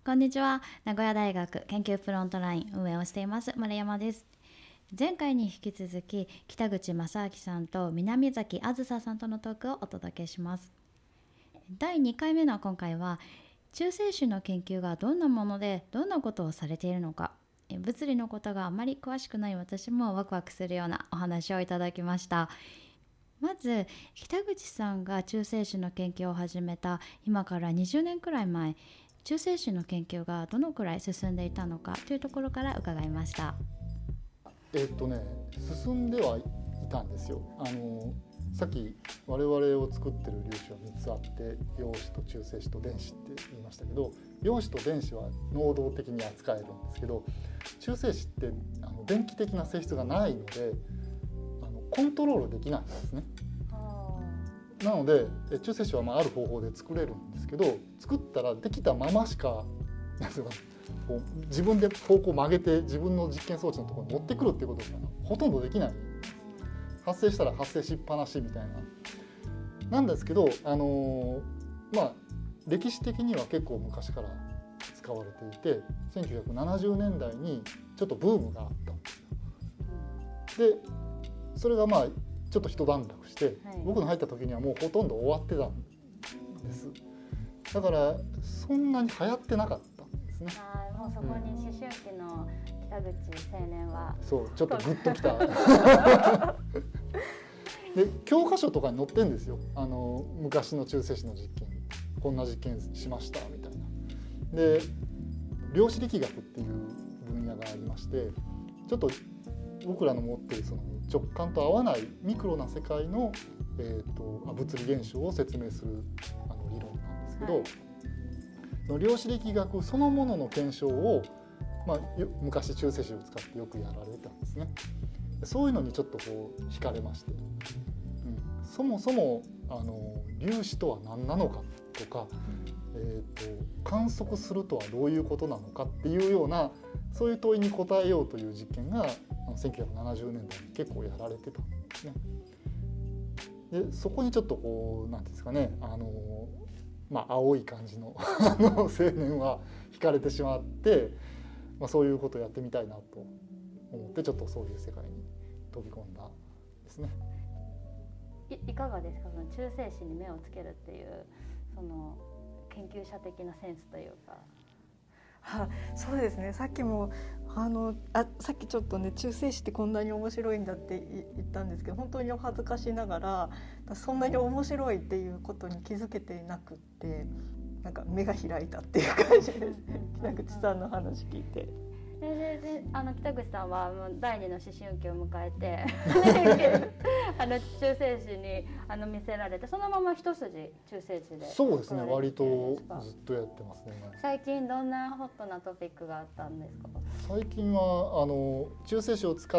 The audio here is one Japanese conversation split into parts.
こんにちは。名古屋大学研究フロントライン運営をしています丸山です。前回に引き続き北口正明さんと南崎あずささんとのトークをお届けします。第2回目の今回は中性子の研究がどんなものでどんなことをされているのか、物理のことがあまり詳しくない私もワクワクするようなお話をいただきました。まず北口さんが中性子の研究を始めた今から20年くらい前、中性子の研究がどのくらい進んでいたのかというところから伺いました。 進んではいたんですよ。さっき我々を作ってる粒子は3つあって、陽子と中性子と電子って言いましたけど、陽子と電子は能動的に扱えるんですけど、中性子って電気的な性質がないのでコントロールできないんですね。なので中性子はある方法で作れるんですけど、作ったらできたまましかこう自分で方向を曲げて自分の実験装置のところに持ってくるっていうことがほとんどできない。発生したら発生しっぱなしみたいななんですけど、歴史的には結構昔から使われていて、1970年代にちょっとブームがあったんですよ。でそれがちょっと一段落して、僕の入った時にはもうほとんど終わってたんです。だからそんなに流行ってなかったんですね。 もうそこに思春期の北口青年はそうちょっとグッときたで教科書とかに載ってるんですよ。昔の中性子の実験、こんな実験しましたみたいな。で量子力学っていう分野がありまして、ちょっと僕らの持っているその直感と合わないミクロな世界の、物理現象を説明する理論なんですけど、その量子力学そのものの検証を、昔中性子を使ってよくやられたんですね。そういうのにちょっと惹かれまして、そもそも粒子とは何なのかとか、観測するとはどういうことなのかっていうような、そういう問いに答えようという実験が1970年代に結構やられてたんですね。でそこにちょっとなんていうんですかね、青い感じの青年は惹かれてしまって、そういうことをやってみたいなと思って、ちょっとそういう世界に飛び込んだですね。 いかがですか、その中性子に目をつけるっていうその研究者的なセンスというか。 そうですね、さっきもさっきちょっとね、中性子ってこんなに面白いんだって言ったんですけど、本当にお恥ずかしながらそんなに面白いっていうことに気づけていなくって、なんか目が開いたっていう感じですね北口さんの話聞いて。 北口さんはもう第二の思春期を迎えて中性子に見せられて、そのまま一筋中性子で。 そうですね、割とずっとやってますね。 最近どんなホットなトピックがあったんですか？ 最近は中性子を使って、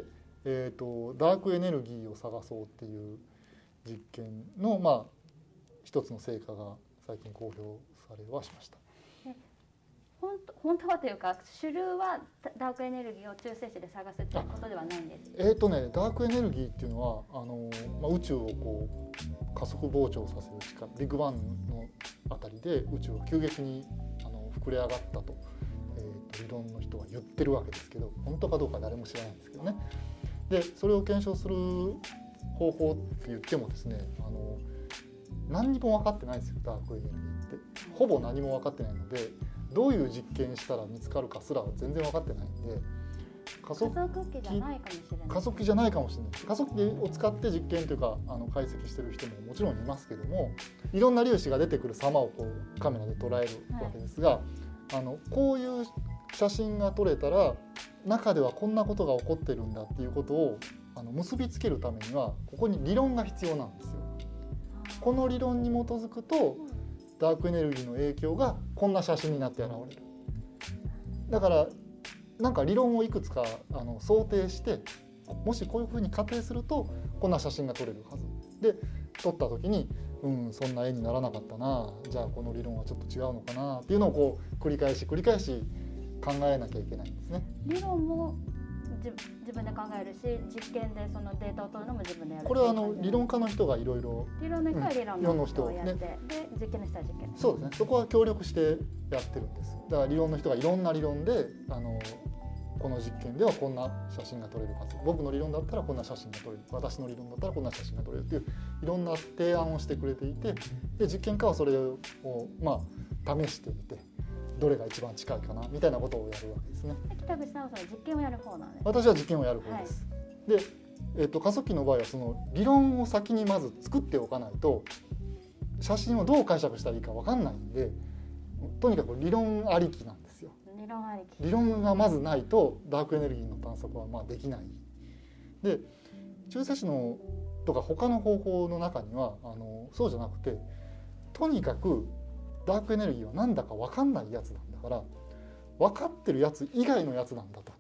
ダークエネルギーを探そうっていう実験の、一つの成果が最近公表されはしました。 本当はというか、主流はダークエネルギーを中性子で探すということではないんです。 ダークエネルギーっていうのは宇宙を加速膨張させる力、ビッグバンのあたりで宇宙が急激に膨れ上がったと、理論の人は言ってるわけですけど、本当かどうか誰も知らないんですけどね。でそれを検証する方法って言ってもですね、何にも分かってないんですよ。ダークエネルギーってほぼ何も分かってないので、どういう実験したら見つかるかすら全然分かってないんで、 加速器じゃないかもしれない。 加速器じゃないかもしれない。加速器を使って実験というか解析してる人ももちろんいますけども、いろんな粒子が出てくる様をカメラで捉えるわけですが、こういう写真が撮れたら中ではこんなことが起こってるんだっていうことを結びつけるためには、ここに理論が必要なんですよ。この理論に基づくとダークエネルギーの影響がこんな写真になって現れる。だからなんか理論をいくつか想定して、もしこういうふうに仮定するとこんな写真が撮れるはずで、撮った時にそんな絵にならなかったな、じゃあこの理論はちょっと違うのかなっていうのを繰り返し繰り返し考えなきゃいけないんですね。 理論も自分で考えるし、実験でそのデータを取るのも自分でやる。 これは理論家の人がいろいろ、 理論の人は理論の人をやって、で実験の人は実験。 そうですね、そこは協力してやってるんです。だから理論の人がいろんな理論でこの実験ではこんな写真が撮れるはず、僕の理論だったらこんな写真が撮れる、私の理論だったらこんな写真が撮れるっていういろんな提案をしてくれていて、で実験家はそれを試してみてどれが一番近いかなみたいなことをやるわけですね。 北口さんはその実験をやる方なんです。 私は実験をやる方です。で、加速器の場合はその理論を先にまず作っておかないと写真をどう解釈したらいいか分かんないんで、とにかく理論ありきなんですよ。 理論ありき。 理論がまずないとダークエネルギーの探索はできない。で、中性子のとか他の方法の中にはそうじゃなくて、とにかくダークエネルギーはなんだか分かんないやつなんだから、分かってるやつ以外のやつなんだと。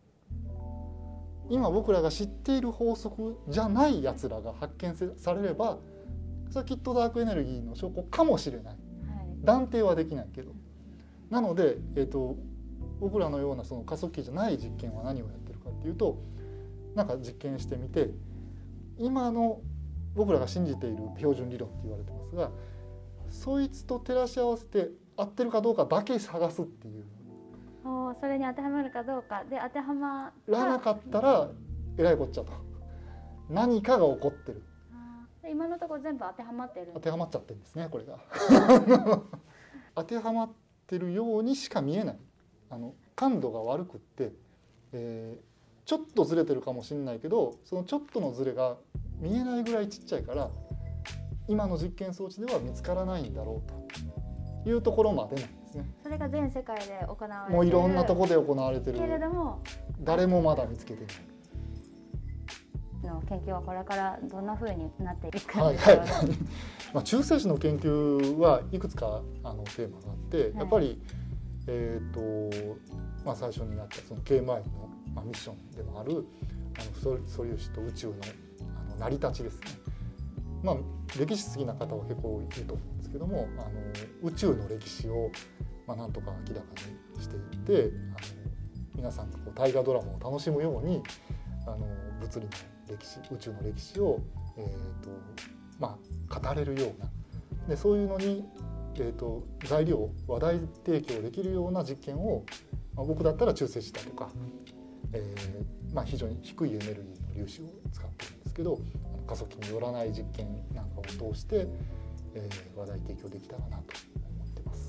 今僕らが知っている法則じゃないやつらが発見されれば、それはきっとダークエネルギーの証拠かもしれない。断定はできないけど。なので、僕らのようなその加速器じゃない実験は何をやってるかっていうと、なんか実験してみて、今の僕らが信じている標準理論って言われてますが、そいつと照らし合わせて合ってるかどうかだけ探すっていう。 それに当てはまるかどうかで、当てはまらなかったらえらいこっちゃと、何かが起こってる。 今のところ全部当てはまってる。 当てはまっちゃってるんですね、これが。当てはまってるようにしか見えない。感度が悪くって、ちょっとずれてるかもしれないけど、そのちょっとのずれが見えないぐらいちっちゃいから、今の実験装置では見つからないんだろうというところまでなんですね。 それが全世界で行われている。 もういろんなところで行われてるけれども、誰もまだ見つけてない。 の研究はこれからどんな風になっていくんでしょうね。 中性子の研究はいくつかテーマがあって、やっぱり、最初にあったその KMI の、ミッションでもある素粒子と宇宙の成り立ちですね。歴史好きな方は結構いると思うんですけども、宇宙の歴史をなんとか明らかにしていって、皆さんが大河ドラマを楽しむように物理の歴史、宇宙の歴史を、語れるようなで、そういうのに、材料話題提供できるような実験を、僕だったら中性子だとか、非常に低いエネルギーの粒子を使ってるんですけど、加速器によらない実験なんかを通して、話題提供できたらなと思ってます。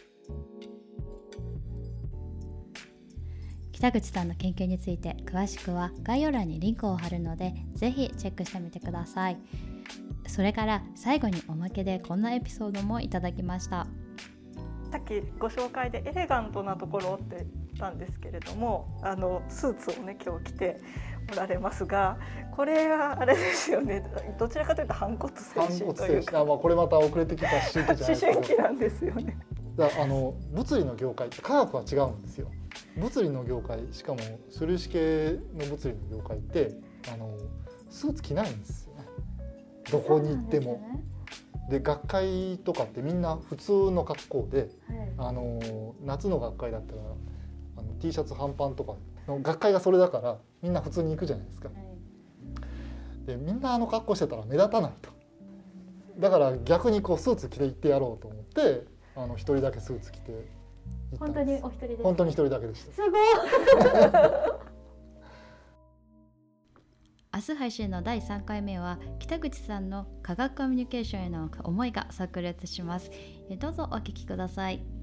北口さんの研究について詳しくは概要欄にリンクを貼るので、ぜひチェックしてみてください。それから最後におまけでこんなエピソードもいただきました。 さっきご紹介でエレガントなところって言ったんですけれども、スーツをね今日着ておられますが、これはあれですよね、どちらかというと反骨精神というか、 これまた遅れてきた思春期じゃないですか。 思春期なんですよね。 物理の業界って科学は違うんですよ。物理の業界、しかも素粒子系の物理の業界ってスーツ着ないんですよね、どこに行っても。で、学会とかってみんな普通の格好で、夏の学会だったらT シャツ半パンとかの学会がそれだからみんな普通に行くじゃないですか。で、みんな格好してたら目立たないと。だから逆にスーツ着て行ってやろうと思って一人だけスーツ着て行ったんです。 本当にお一人で？ 本当に一人だけでした。 すごい。明日配信の第3回目は北口さんの科学コミュニケーションへの思いが炸裂します。どうぞお聞きください。